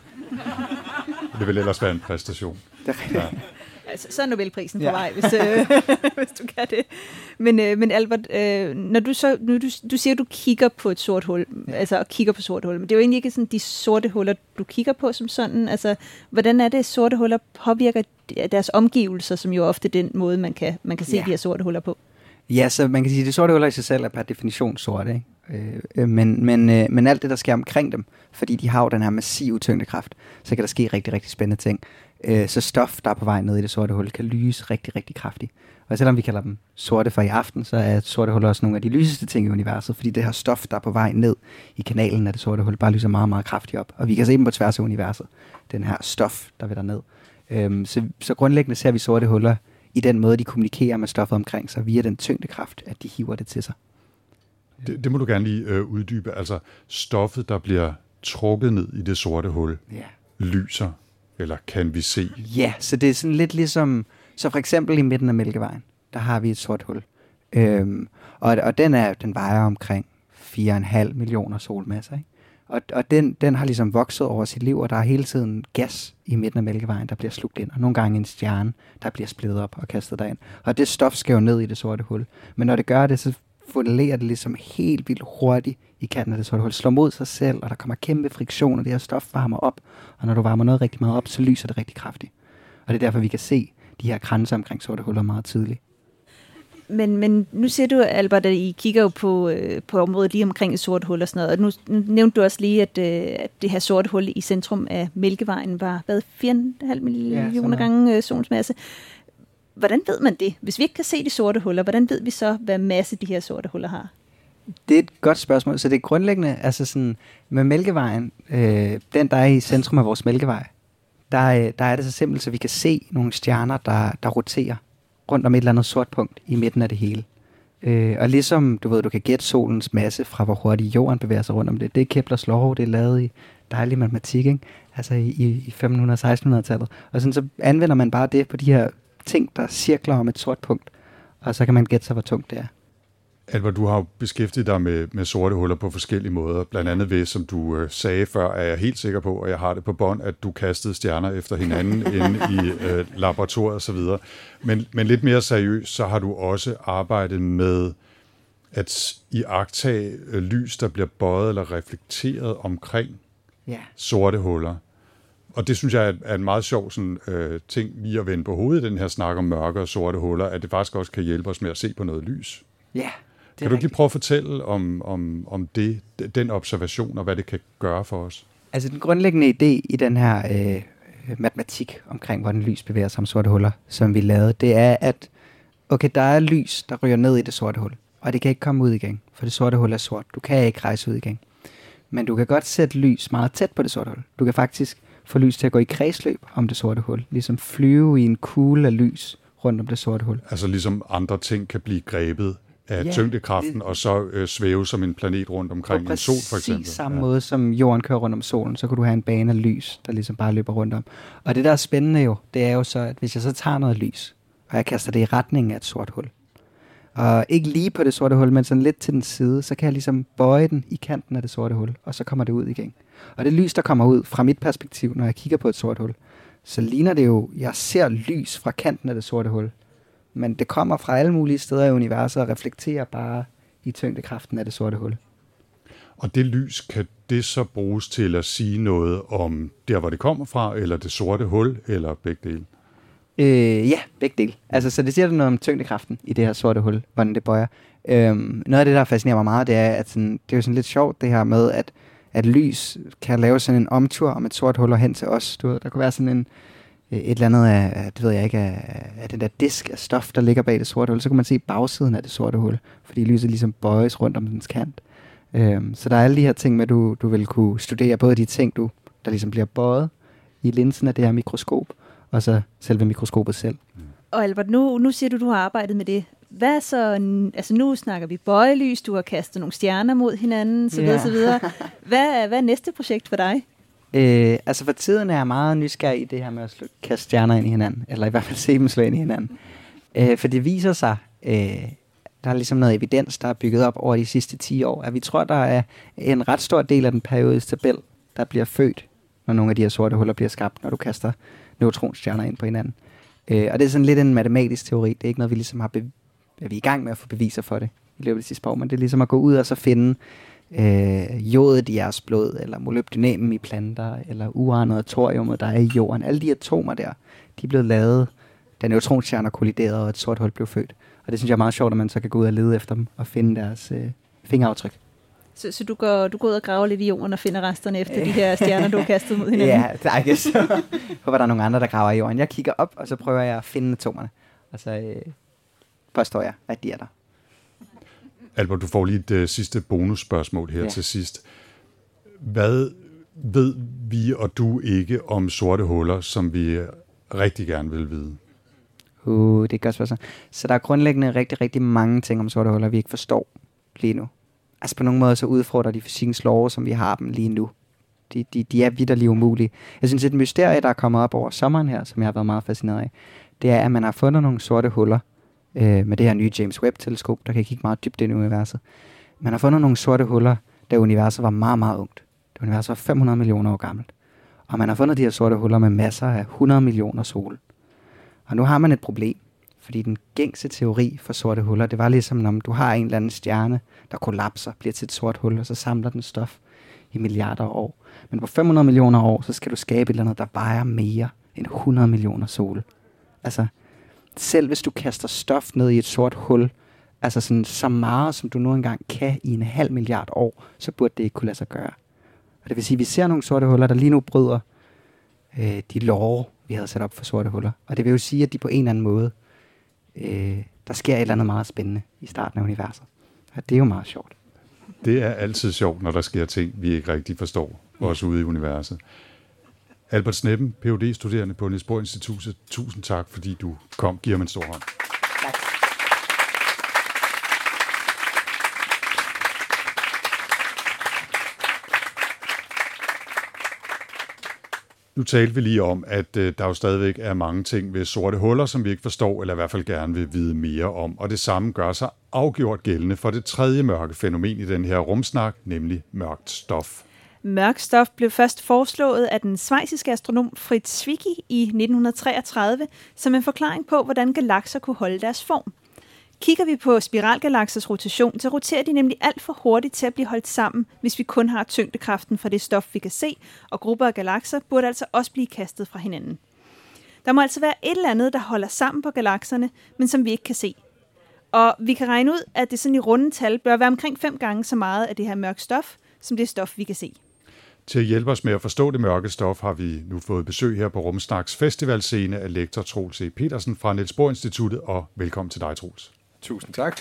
Det vil ellers være en præstation. Ja. Altså, så er Nobelprisen på vej, hvis du kan det. Men Albert, når du siger, at du kigger på et sort hul, altså og kigger på sorte huller, men det er jo egentlig ikke sådan de sorte huller, du kigger på som sådan. Altså, hvordan er det, sorte huller påvirker deres omgivelser, som jo ofte er den måde, man kan se de her sorte huller på? Ja, så man kan sige, at de sorte huller i sig selv er per definition sorte, ikke? Men alt det, der sker omkring dem, fordi de har jo den her massive tyngdekraft, så kan der ske rigtig, rigtig spændende ting. Så stof, der er på vej ned i det sorte hul, kan lyse rigtig, rigtig kraftigt. Og selvom vi kalder dem sorte for i aften, så er sorte huller også nogle af de lyseste ting i universet, fordi det her stof, der er på vej ned i kanalen af det sorte hul, bare lyser meget, meget kraftigt op. Og vi kan se dem på tværs af universet, den her stof, der vil derned. Så grundlæggende ser vi sorte huller i den måde, de kommunikerer med stoffet omkring sig, via den tyngdekraft, at de hiver det til sig. Det må du gerne lige uddybe. Altså stoffet, der bliver trukket ned i det sorte hul, lyser, eller kan vi se? Ja, så det er sådan lidt ligesom, så for eksempel i midten af Mælkevejen, der har vi et sort hul. Og den vejer omkring 4,5 millioner solmasser, ikke? Og den har ligesom vokset over sit liv, og der er hele tiden gas i midten af Mælkevejen, der bliver slugt ind, og nogle gange en stjerne, der bliver splittet op og kastet derind. Og det stof skal jo ned i det sorte hul. Men når det gør det, så funderer det ligesom helt vildt hurtigt i kanten af det sorte hul, slår mod sig selv, og der kommer kæmpe friktion, og det her stof varmer op. Og når du varmer noget rigtig meget op, så lyser det rigtig kraftigt. Og det er derfor, vi kan se de her kranser omkring sorte huller meget tydeligt. Men nu siger du, Albert, at I kigger jo på området lige omkring et sort hul og sådan noget. Og nu nævnte du også lige, at det her sorte hul i centrum af Mælkevejen var 4,5 millioner gange solens masse. Hvordan ved man det? Hvis vi ikke kan se de sorte huller, hvordan ved vi så, hvad masse de her sorte huller har? Det er et godt spørgsmål. Så det er grundlæggende, altså sådan, med Mælkevejen, den der er i centrum af vores Mælkevej, der er det så simpelt, så vi kan se nogle stjerner, der roterer rundt om et eller andet sort punkt i midten af det hele. Og ligesom, du kan gætte solens masse fra, hvor hurtigt jorden bevæger sig rundt om det. Det er Keplers lov, det er lavet i dejlig matematik, ikke? Altså i 1500-1600-tallet. Og sådan, så anvender man bare det på de her ting, der cirkler om et sort punkt. Og så kan man gætte sig, hvor tungt det er. Albert, du har jo beskæftiget dig med sorte huller på forskellige måder. Blandt andet ved, som du sagde før, er jeg helt sikker på, og jeg har det på bånd, at du kastede stjerner efter hinanden inde i laboratoriet osv. Men lidt mere seriøst, så har du også arbejdet med at iagttage lys, der bliver bøjet eller reflekteret omkring sorte huller. Og det synes jeg er en meget sjov ting lige at vende på hovedet, den her snak om mørke og sorte huller, at det faktisk også kan hjælpe os med at se på noget lys. Ja. Kan du ikke lige prøve at fortælle om den observation, og hvad det kan gøre for os? Altså den grundlæggende idé i den her matematik omkring, hvordan lys bevæger sig om sorte huller, som vi lavede, det er, at der er lys, der ryger ned i det sorte hul, og det kan ikke komme ud igen, for det sorte hul er sort. Du kan ikke rejse ud igen. Men du kan godt sætte lys meget tæt på det sorte hul. Du kan faktisk få lys til at gå i kredsløb om det sorte hul, ligesom flyve i en kugle af lys rundt om det sorte hul. Altså ligesom andre ting kan blive grebet af tyngdekraften, og så svæve som en planet rundt omkring en sol, for eksempel. På præcis samme måde, som jorden kører rundt om solen, så kan du have en bane af lys, der ligesom bare løber rundt om. Og det, der er spændende jo, det er jo så, at hvis jeg så tager noget lys, og jeg kaster det i retningen af et sort hul, og ikke lige på det sorte hul, men sådan lidt til den side, så kan jeg ligesom bøje den i kanten af det sorte hul, og så kommer det ud igen. Og det lys, der kommer ud fra mit perspektiv, når jeg kigger på et sort hul, så ligner det jo, jeg ser lys fra kanten af det sorte hul, men det kommer fra alle mulige steder i universet og reflekterer bare i tyngdekraften af det sorte hul. Og det lys, kan det så bruges til at sige noget om der, hvor det kommer fra, eller det sorte hul, eller begge dele? Ja, begge dele. Altså, så det siger noget om tyngdekraften i det her sorte hul, hvordan det bøjer. Noget af det, der fascinerer mig meget, det er, at sådan, det er jo sådan lidt sjovt det her med, at lys kan lave sådan en omtur om et sort hul og hen til os. Der kunne være sådan et eller andet af, det ved jeg ikke, af den der disk af stof, der ligger bag det sorte hul. Så kan man se bagsiden af det sorte hul, fordi lyset ligesom bøjes rundt om dens kant. Så der er alle de her ting med, at du vil kunne studere både de ting, der ligesom bliver bøjet i linsen af det her mikroskop, og så selve mikroskopet selv. Og Albert, nu siger du har arbejdet med det. Hvad så, altså nu snakker vi bøjelys, du har kastet nogle stjerner mod hinanden, så videre, så videre. Hvad er næste projekt for dig? Altså for tiden er jeg meget nysgerrig i det her med at kaste stjerner ind i hinanden, eller i hvert fald se dem slå ind i hinanden. For det viser sig, der er ligesom noget evidens, der er bygget op over de sidste 10 år, at vi tror, der er en ret stor del af den periodiske tabel, der bliver født, når nogle af de her sorte huller bliver skabt, når du kaster neutronstjerner ind på hinanden. Og det er sådan lidt en matematisk teori. Det er ikke noget, vi ligesom er vi i gang med at få beviser for det i løbet af de sidste par år, men det er ligesom at gå ud og så finde jodet i jeres blod, eller molybdænamen i planter, eller uranet og thoriumet, der er i jorden. Alle de atomer der, de er blevet lavet, da neutronstjerner kolliderede, og et sort hul blev født. Og det synes jeg er meget sjovt, at man så kan gå ud og lede efter dem, og finde deres fingeraftryk. Så du går ud og graver lidt i jorden og finder resterne efter de her stjerner, du har kastet mod hinanden? Ja, tak. Så håber, der er nogle andre, der graver i jorden. Jeg kigger op, og så prøver jeg at finde atomerne. Og så påstår jeg, at de er der. Albert, du får lige et sidste bonusspørgsmål her til sidst. Hvad ved vi og du ikke om sorte huller, som vi rigtig gerne vil vide? Det er et godt spørgsmål. Så der er grundlæggende rigtig, rigtig mange ting om sorte huller, vi ikke forstår lige nu. Altså på nogle måder så udfordrer de fysikkens love, som vi har dem lige nu. De er vitterligt umulige. Jeg synes, et mysterie, der er kommet op over sommeren her, som jeg har været meget fascineret af, det er, at man har fundet nogle sorte huller med det her nye James Webb-teleskop, der kan kigge meget dybt ind i universet. Man har fundet nogle sorte huller, da universet var meget, meget ungt. Det universet var 500 millioner år gammelt. Og man har fundet de her sorte huller med masser af 100 millioner sol. Og nu har man et problem, fordi den gængse teori for sorte huller, det var ligesom, når du har en eller anden stjerne, der kollapser, bliver til et sort hul, og så samler den stof i milliarder af år. Men på 500 millioner år, så skal du skabe et eller andet, der vejer mere end 100 millioner sol. Altså, selv hvis du kaster stof ned i et sort hul, altså sådan så meget, som du nu engang kan i 0,5 milliard år, så burde det ikke kunne lade sig gøre. Og det vil sige, at vi ser nogle sorte huller, der lige nu bryder de love, vi havde sat op for sorte huller. Og det vil jo sige, at de på en eller anden måde, der sker et eller andet meget spændende i starten af universet. Og det er jo meget sjovt. Det er altid sjovt, når der sker ting, vi ikke rigtig forstår, også ude i universet. Albert Sneppen, Ph.D.-studerende på Niels Bohr Instituttet. Tusind tak, fordi du kom. Giv ham en stor hånd. Tak. Nu talte vi lige om, at der jo stadigvæk er mange ting ved sorte huller, som vi ikke forstår, eller i hvert fald gerne vil vide mere om. Og det samme gør sig afgjort gældende for det tredje mørke fænomen i den her rumsnak, nemlig mørkt stof. Mørkt stof blev først foreslået af den schweiziske astronom Fritz Zwicky i 1933 som en forklaring på, hvordan galakser kunne holde deres form. Kigger vi på spiralgalaksers rotation, så roterer de nemlig alt for hurtigt til at blive holdt sammen, hvis vi kun har tyngdekraften fra det stof, vi kan se, og grupper af galakser burde altså også blive kastet fra hinanden. Der må altså være et eller andet, der holder sammen på galakserne, men som vi ikke kan se. Og vi kan regne ud, at det sådan i runde tal bør være omkring 5 gange så meget af det her mørke stof, som det stof, vi kan se. Til at hjælpe os med at forstå det mørke stof, har vi nu fået besøg her på Rumsnaks festivalscene af lektor Troels E. Petersen fra Niels Bohr Instituttet, og velkommen til dig, Troels. Tusind tak.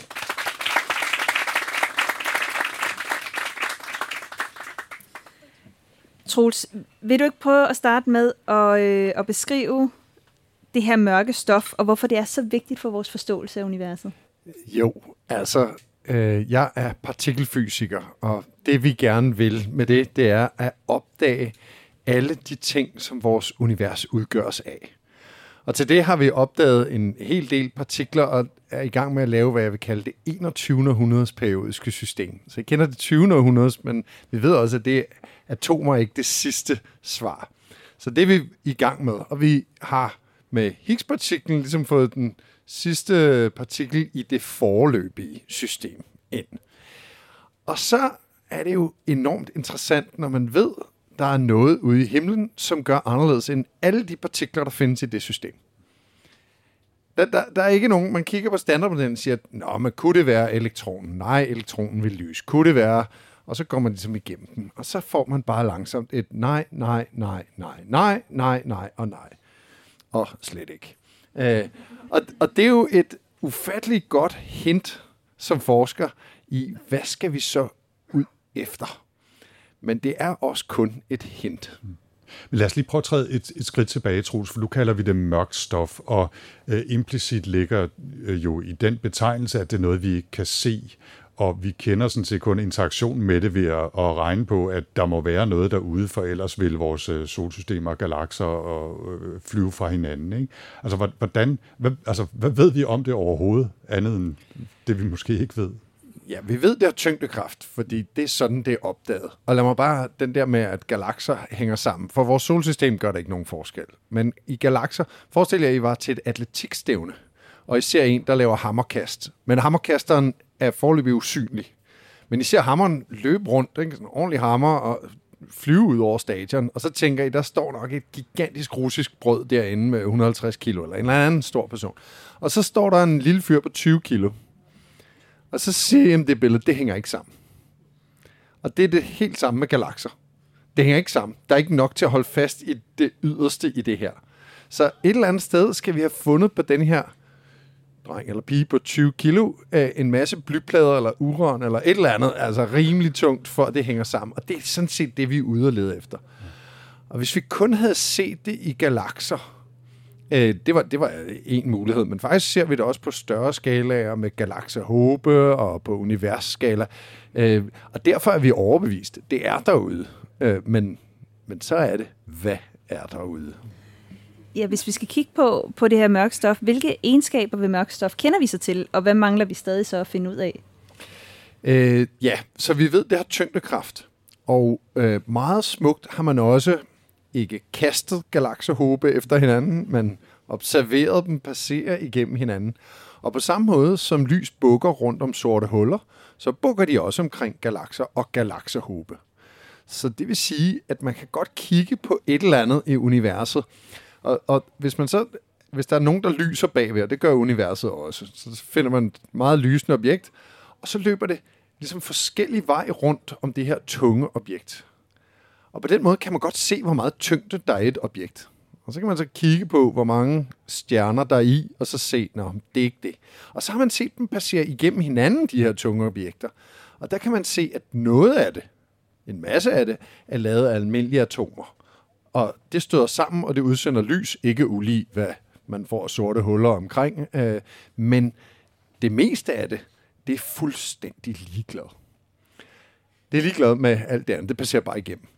Troels, vil du ikke prøve at starte med at beskrive det her mørke stof, og hvorfor det er så vigtigt for vores forståelse af universet? Jo, altså, jeg er partikelfysiker, og det vi gerne vil med det er at opdage alle de ting, som vores univers udgøres af. Og til det har vi opdaget en hel del partikler, og er i gang med at lave, hvad jeg vil kalde det 21. århundredes periodiske system. Så jeg kender det 20. århundredes, men vi ved også, at det atomer er ikke det sidste svar. Så det er vi i gang med, og vi har med Higgs-partiklen ligesom fået den sidste partikel i det foreløbige system ind. Og så er det jo enormt interessant, når man ved, der er noget ude i himlen, som gør anderledes end alle de partikler, der findes i det system. Der er ikke nogen, man kigger på standardmodellen og siger, nå, men kunne det være elektronen? Nej, elektronen vil lyse. Kunne det være? Og så går man ligesom igennem den, og så får man bare langsomt et nej, nej, nej, nej, nej, nej, nej og nej. Og slet ikke. Og det er jo et ufatteligt godt hint som forsker i, hvad skal vi så ud efter. Men det er også kun et hint. Men lad os lige prøve at træde et skridt tilbage, Troels, for nu kalder vi det mørkt stof, og implicit ligger jo i den betegnelse, at det er noget, vi ikke kan se, og vi kender sådan set kun interaktion med det ved at regne på, at der må være noget derude, for ellers vil vores solsystemer og galakser og flyve fra hinanden. Ikke? Altså, hvad ved vi om det overhovedet, andet end det, vi måske ikke ved? Ja, vi ved, det er tyngdekraft, fordi det er sådan, det er opdaget. Og lad mig bare den der med, at galakser hænger sammen. For vores solsystem gør der ikke nogen forskel. Men i galakser, forestil jer, at I var til et atletikstævne, og I ser en, der laver hammerkast. Men hammerkasteren er foreløbig usynlig. Men I ser hammeren løbe rundt, ikke? Sådan en ordentlig hammer, og flyve ud over stadion, og så tænker I, der står nok et gigantisk russisk brød derinde med 150 kilo, eller en eller anden stor person. Og så står der en lille fyr på 20 kilo. Og så siger I, det billede, det hænger ikke sammen. Og det er det helt samme med galakser. Det hænger ikke sammen. Der er ikke nok til at holde fast i det yderste i det her. Så et eller andet sted skal vi have fundet på den her dreng eller pige på 20 kilo en masse blyplader eller uran eller et eller andet, altså rimelig tungt, for at det hænger sammen. Og det er sådan set det, vi er ude og lede efter. Og hvis vi kun havde set det i galakser, det var en mulighed, men faktisk ser vi det også på større skalaer med galaksehobe og på universskala. Og derfor er vi overbevist. Det er derude. Men så er det, hvad er derude? Ja, hvis vi skal kigge på det her mørkstof, hvilke egenskaber ved mørkstof kender vi så til, og hvad mangler vi stadig så at finde ud af? Så vi ved, det har tyngdekraft. Og meget smukt har man også ikke kastet galaksehobe efter hinanden, men observeret dem passere igennem hinanden. Og på samme måde som lys bukker rundt om sorte huller, så bukker de også omkring galakser og galaksehobe. Så det vil sige, at man kan godt kigge på et eller andet i universet. Og hvis der er nogen, der lyser bagved, og det gør universet også, så finder man et meget lysende objekt, og så løber det ligesom forskellige vej rundt om det her tunge objekt. Og på den måde kan man godt se, hvor meget tyngde der er et objekt. Og så kan man så kigge på, hvor mange stjerner der er i, og så se, det er ikke det. Og så har man set dem passere igennem hinanden, de her tunge objekter. Og der kan man se, at noget af det, en masse af det, er lavet af almindelige atomer. Og det støder sammen, og det udsender lys, ikke ulig, hvad man får sorte huller omkring. Men det meste af det, det er fuldstændig ligeglad. Det er ligeglad med alt det andet. Det passerer bare igennem.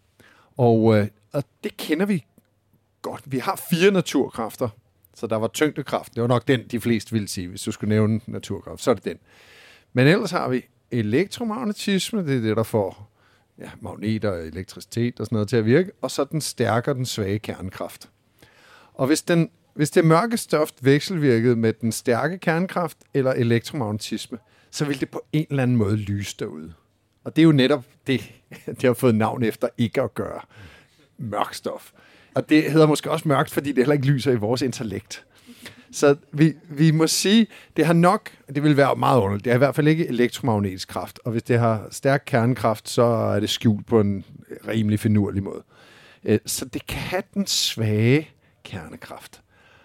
Og det kender vi godt. Vi har 4 naturkræfter. Så der var tyngdekraft. Det var nok den, de fleste ville sige. Hvis du skulle nævne naturkraft, så er det den. Men ellers har vi elektromagnetisme. Det er det, der får magneter og elektricitet og sådan noget til at virke. Og så den stærke og den svage kernekraft. Og hvis det mørke stof vekselvirkede med den stærke kernekraft eller elektromagnetisme, så ville det på en eller anden måde lyse derude. Og det er jo netop det har fået navn efter ikke at gøre mørk stof. Og det hedder måske også mørkt, fordi det heller ikke lyser i vores intellekt. Så vi må sige, det har nok, det vil være meget underligt, det har i hvert fald ikke elektromagnetisk kraft. Og hvis det har stærk kernekraft, så er det skjult på en rimelig finurlig måde. Så det kan have den svage kernekraft.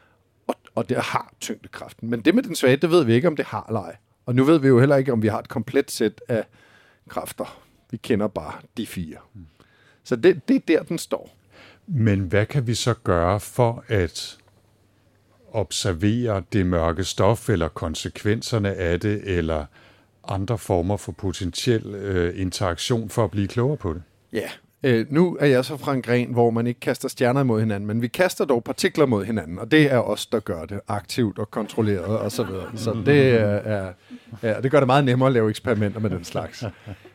Og det har tyngdekraften. Men det med den svage, det ved vi ikke, om det har eller ej. Og nu ved vi jo heller ikke, om vi har et komplet sæt af kræfter. Vi kender bare de 4. Så det er der, den står. Men hvad kan vi så gøre for at observere det mørke stof, eller konsekvenserne af det, eller andre former for potentiel interaktion for at blive klogere på det? Ja, nu er jeg så fra en gren, hvor man ikke kaster stjerner mod hinanden, men vi kaster dog partikler mod hinanden, og det er os, der gør det aktivt og kontrolleret og så videre. Så det gør det meget nemmere at lave eksperimenter med den slags.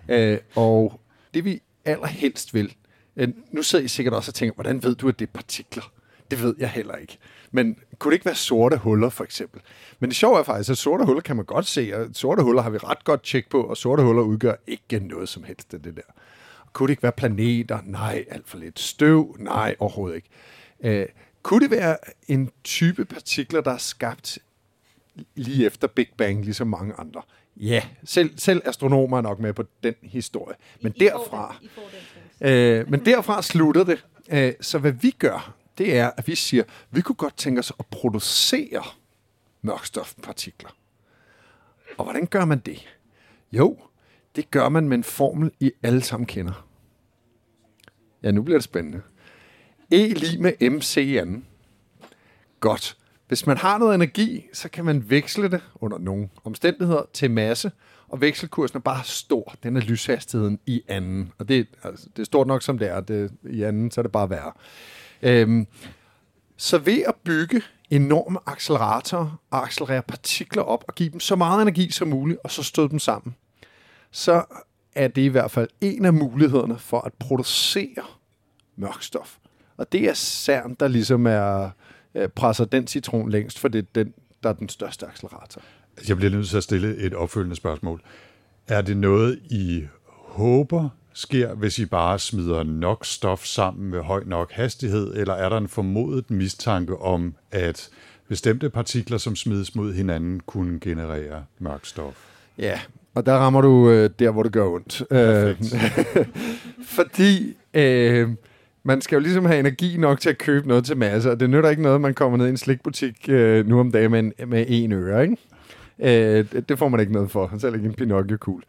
Og det vi allerhelst vil, nu sidder I sikkert også og tænker, hvordan ved du, at det er partikler? Det ved jeg heller ikke. Men kunne det ikke være sorte huller, for eksempel? Men det sjove er faktisk, at sorte huller kan man godt se, og sorte huller har vi ret godt tjek på, og sorte huller udgør ikke noget som helst af det der. Kunne det ikke være planeter? Nej, alt for lidt. Støv? Nej, overhovedet ikke. Kunne det være en type partikler, der er skabt lige efter Big Bang, ligesom mange andre? Ja, selv astronomer er nok med på den historie. Men derfra slutter det. Så hvad vi gør, det er, at vi siger, at vi kunne godt tænke os at producere mørkstofpartikler. Og hvordan gør man det? Jo, Det gør man med en formel, I alle sammen kender. Ja, nu bliver det spændende. E lig med MC i anden. Godt. Hvis man har noget energi, så kan man veksle det under nogle omstændigheder til masse, og vekselkursen er bare stor. Den er lyshastigheden i anden. Og det er stort nok, som det er. I anden, så er det bare værre. Så ved at bygge enorme acceleratorer og accelerere partikler op og give dem så meget energi som muligt, og så støde dem sammen, så er det i hvert fald en af mulighederne for at producere mørkstof. Og det er CERN, der ligesom presser den citron længst, for det er den, der er den største accelerator. Jeg bliver nødt til at stille et opfølgende spørgsmål. Er det noget, I håber sker, hvis I bare smider nok stof sammen med høj nok hastighed, eller er der en formodet mistanke om, at bestemte partikler, som smides mod hinanden, kunne generere mørk stof? Ja, og der rammer du der, hvor det gør ondt. Fordi man skal jo ligesom have energi nok til at købe noget til masse, og det nytter ikke noget, man kommer ned i en slikbutik nu om dagen med en øre, ikke? Det får man ikke noget for, selv ikke en Pinocchio-kugle.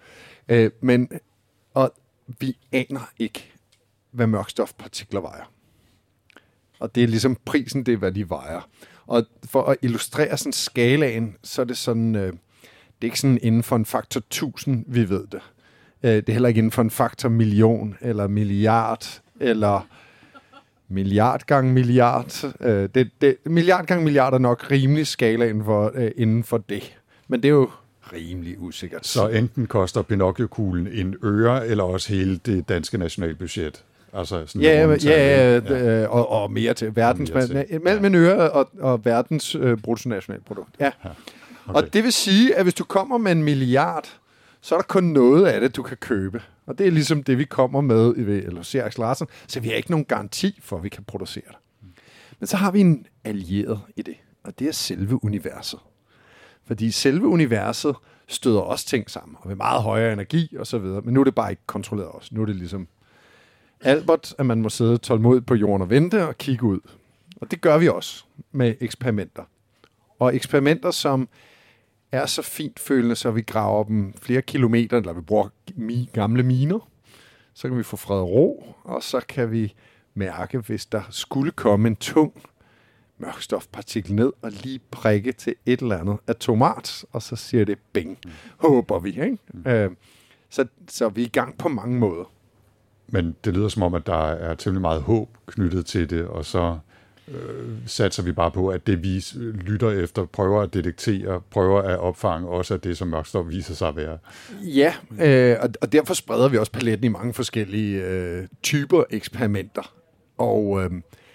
Og vi aner ikke, hvad mørkstofpartikler vejer. Og det er ligesom prisen, det er, hvad de vejer. Og for at illustrere sådan skalaen, så er det sådan, det er ikke sådan inden for en faktor 1000, vi ved det. Det er heller ikke inden for en faktor million, eller milliard, eller milliard gange milliard. Milliard gange milliard er nok rimelig skala inden for det. Men det er jo rimelig usikkert. Så enten koster Pinocchio-kuglen en øre, eller også hele det danske nationalbudget. Altså sådan og mere til verdens, mellem en øre og verdens bruttonationalprodukt. Ja. Okay. Og det vil sige, at hvis du kommer med en milliard, så er der kun noget af det, du kan købe. Og det er ligesom det, vi kommer med i LHC-acceleratoren, så vi har ikke nogen garanti for, at vi kan producere det. Men så har vi en allieret i det, og det er selve universet. Fordi selve universet støder også ting sammen, og ved meget højere energi og så videre. Men nu er det bare ikke kontrolleret også. Nu er det ligesom Albert, at man må sidde tålmodigt på jorden og vente og kigge ud. Og det gør vi også med eksperimenter. Og eksperimenter, som er så fint følende, så vi graver dem flere kilometer, eller vi bruger gamle miner. Så kan vi få fred og ro, og så kan vi mærke, hvis der skulle komme en tung mørkstofpartikel ned og lige prikke til et eller andet atomat, og så siger det bing. Håber vi, ikke? Så vi er i gang på mange måder. Men det lyder som om, at der er temmelig meget håb knyttet til det, og så satser vi bare på, at det vi lytter efter, prøver at detektere, prøver at opfange, også at det, som mørkstof viser sig at være. Ja, og derfor spreder vi også paletten i mange forskellige typer eksperimenter. Og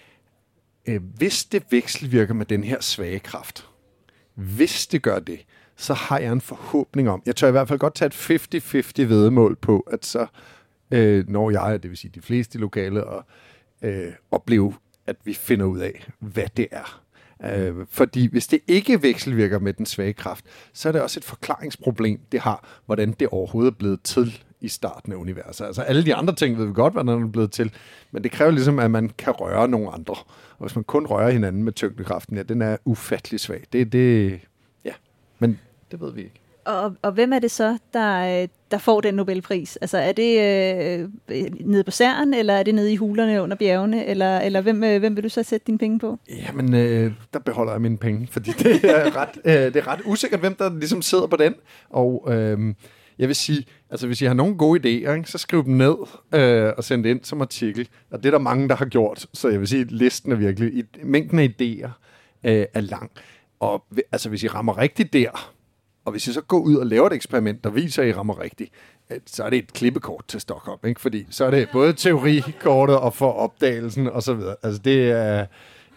hvis det vekselvirker med den her svage kraft, hvis det gør det, så har jeg en forhåbning om, jeg tør i hvert fald godt tage et 50-50 væddemål på, at så når jeg, det vil sige de fleste lokale, og opleve, at vi finder ud af, hvad det er. Fordi hvis det ikke vekselvirker med den svage kraft, så er det også et forklaringsproblem, det har, hvordan det overhovedet er blevet til i starten af universet. Altså alle de andre ting ved vi godt, hvordan det er blevet til, men det kræver ligesom, at man kan røre nogle andre. Og hvis man kun rører hinanden med tyngdekraften, ja, den er ufattelig svag. Ja, men det ved vi ikke. Og hvem er det så, der får den Nobelpris? Altså er det nede på CERN, eller er det nede i hulerne under bjergene, eller hvem vil du så sætte dine penge på? Jamen, der beholder jeg mine penge, fordi det er ret usikkert, hvem der ligesom sidder på den. Og jeg vil sige, altså hvis I har nogle gode idéer, ikke, så skriv dem ned og send det ind som artikel. Og det er der mange, der har gjort. Så jeg vil sige, at listen er virkelig, mængden af idéer er lang. Og altså hvis I rammer rigtigt der, og hvis I så går ud og laver et eksperiment, der viser, at I rammer rigtigt, så er det et klippekort til Stockholm, ikke? Fordi så er det både teorikortet og for opdagelsen og så videre. Altså det er,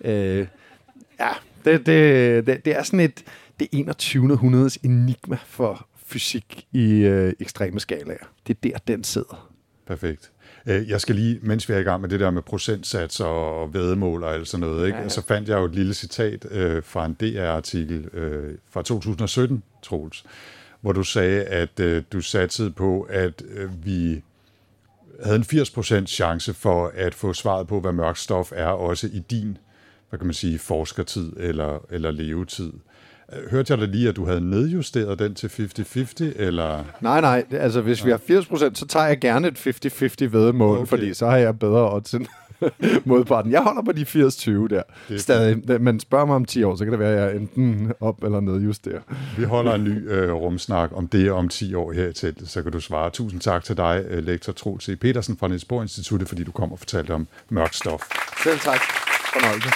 det er sådan det 21. århundredes enigma for fysik i ekstreme skalaer. Det er der, den sidder. Perfekt. Jeg skal lige, mens vi er i gang med det der med procentsatser og væddemål og alt sådan noget, ikke? Ja. Så fandt jeg jo et lille citat fra en DR-artikel fra 2017, Troels, hvor du sagde, at du satsede på, at vi havde en 80% chance for at få svaret på, hvad mørk stof er, også i din, hvad kan man sige, forskertid eller levetid. Hørte jeg da lige, at du havde nedjusteret den til 50-50, eller? Nej, altså hvis vi har 80%, så tager jeg gerne et 50-50 væddemål, fordi så har jeg bedre odds end modparten. Jeg holder på de 80-20 der. Stadig. Men spørg mig om 10 år, så kan det være, at jeg enten op- eller nedjusterer. Vi holder en ny rumsnak om det om 10 år her i teltet, så kan du svare. Tusind tak til dig, lektor Troels C. Petersen fra Niels Bohr Instituttet, fordi du kom og fortalte om mørkt stof. Selv tak. Fornøjelse.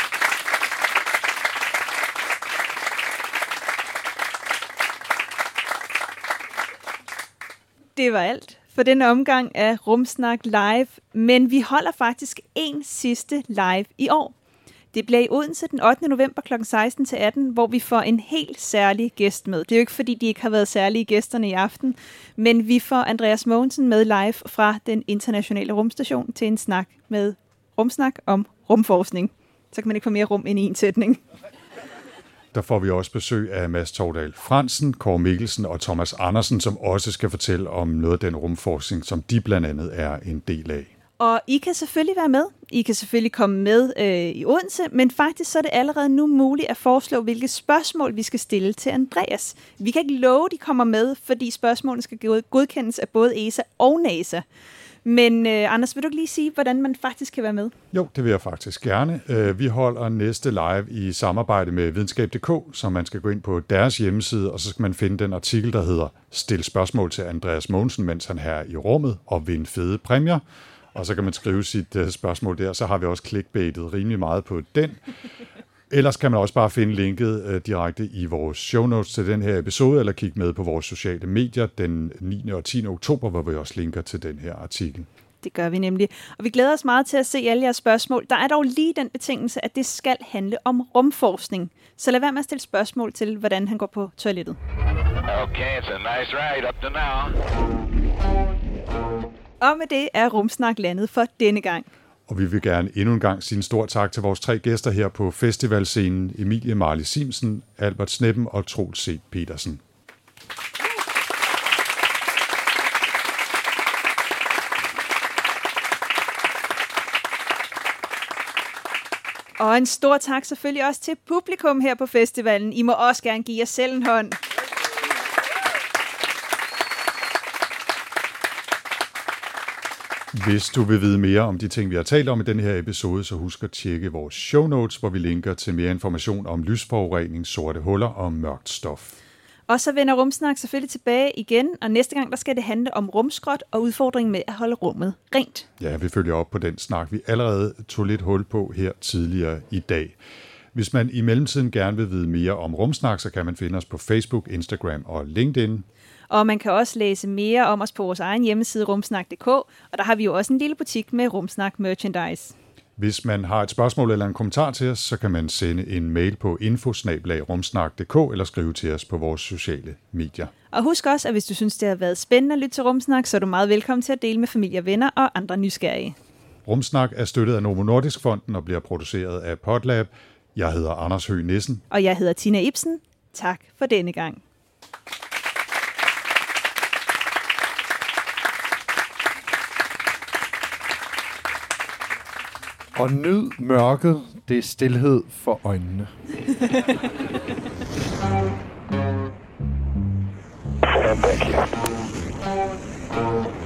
Det var alt for denne omgang af Rumsnak Live, men vi holder faktisk en sidste live i år. Det bliver i Odense den 8. november kl. 16-18, hvor vi får en helt særlig gæst med. Det er jo ikke, fordi de ikke har været særlige gæsterne i aften, men vi får Andreas Mogensen med live fra den internationale rumstation til en snak med Rumsnak om rumforskning. Så kan man ikke få mere rum ind i en sætning. Der får vi også besøg af Mads Tordal Fransen, Kåre Mikkelsen og Thomas Andersen, som også skal fortælle om noget af den rumforskning, som de blandt andet er en del af. Og I kan selvfølgelig være med. I kan selvfølgelig komme med i Odense, men faktisk så er det allerede nu muligt at foreslå, hvilke spørgsmål vi skal stille til Andreas. Vi kan ikke love, at de kommer med, fordi spørgsmålene skal godkendes af både ESA og NASA. Men Anders, vil du ikke lige sige, hvordan man faktisk kan være med? Jo, det vil jeg faktisk gerne. Vi holder næste live i samarbejde med videnskab.dk, så man skal gå ind på deres hjemmeside, og så skal man finde den artikel, der hedder Stil spørgsmål til Andreas Mogensen, mens han er i rummet, og vinde fede præmier. Og så kan man skrive sit spørgsmål der, så har vi også clickbaitet rimelig meget på den. Ellers kan man også bare finde linket direkte i vores show notes til den her episode, eller kigge med på vores sociale medier den 9. og 10. oktober, hvor vi også linker til den her artikel. Det gør vi nemlig. Og vi glæder os meget til at se alle jeres spørgsmål. Der er dog lige den betingelse, at det skal handle om rumforskning. Så lad være med at stille spørgsmål til, hvordan han går på toilettet. Okay, it's a nice ride up to now. Og med det er Rumsnak landet for denne gang. Og vi vil gerne endnu en gang sige en stor tak til vores 3 gæster her på festivalscenen. Emilie Marley Simsen, Albert Sneppen og Troels C. Petersen. Og en stor tak selvfølgelig også til publikum her på festivalen. I må også gerne give jer selv en hånd. Hvis du vil vide mere om de ting, vi har talt om i denne her episode, så husk at tjekke vores show notes, hvor vi linker til mere information om lysforurening, sorte huller og mørkt stof. Og så vender Rumsnak selvfølgelig tilbage igen, og næste gang der skal det handle om rumskrot og udfordringen med at holde rummet rent. Ja, vi følger op på den snak, vi allerede tog lidt hul på her tidligere i dag. Hvis man i mellemtiden gerne vil vide mere om Rumsnak, så kan man finde os på Facebook, Instagram og LinkedIn. Og man kan også læse mere om os på vores egen hjemmeside rumsnak.dk, og der har vi jo også en lille butik med Rumsnak merchandise. Hvis man har et spørgsmål eller en kommentar til os, så kan man sende en mail på info@rumsnak.dk eller skrive til os på vores sociale medier. Og husk også, at hvis du synes, det har været spændende at lytte til Rumsnak, så er du meget velkommen til at dele med familie og venner og andre nysgerrige. Rumsnak er støttet af Novo Nordisk Fonden og bliver produceret af Podlab. Jeg hedder Anders Høgh Nissen. Og jeg hedder Tina Ibsen. Tak for denne gang. Og nyd mørket, det er stilhed for øjnene. Thank you.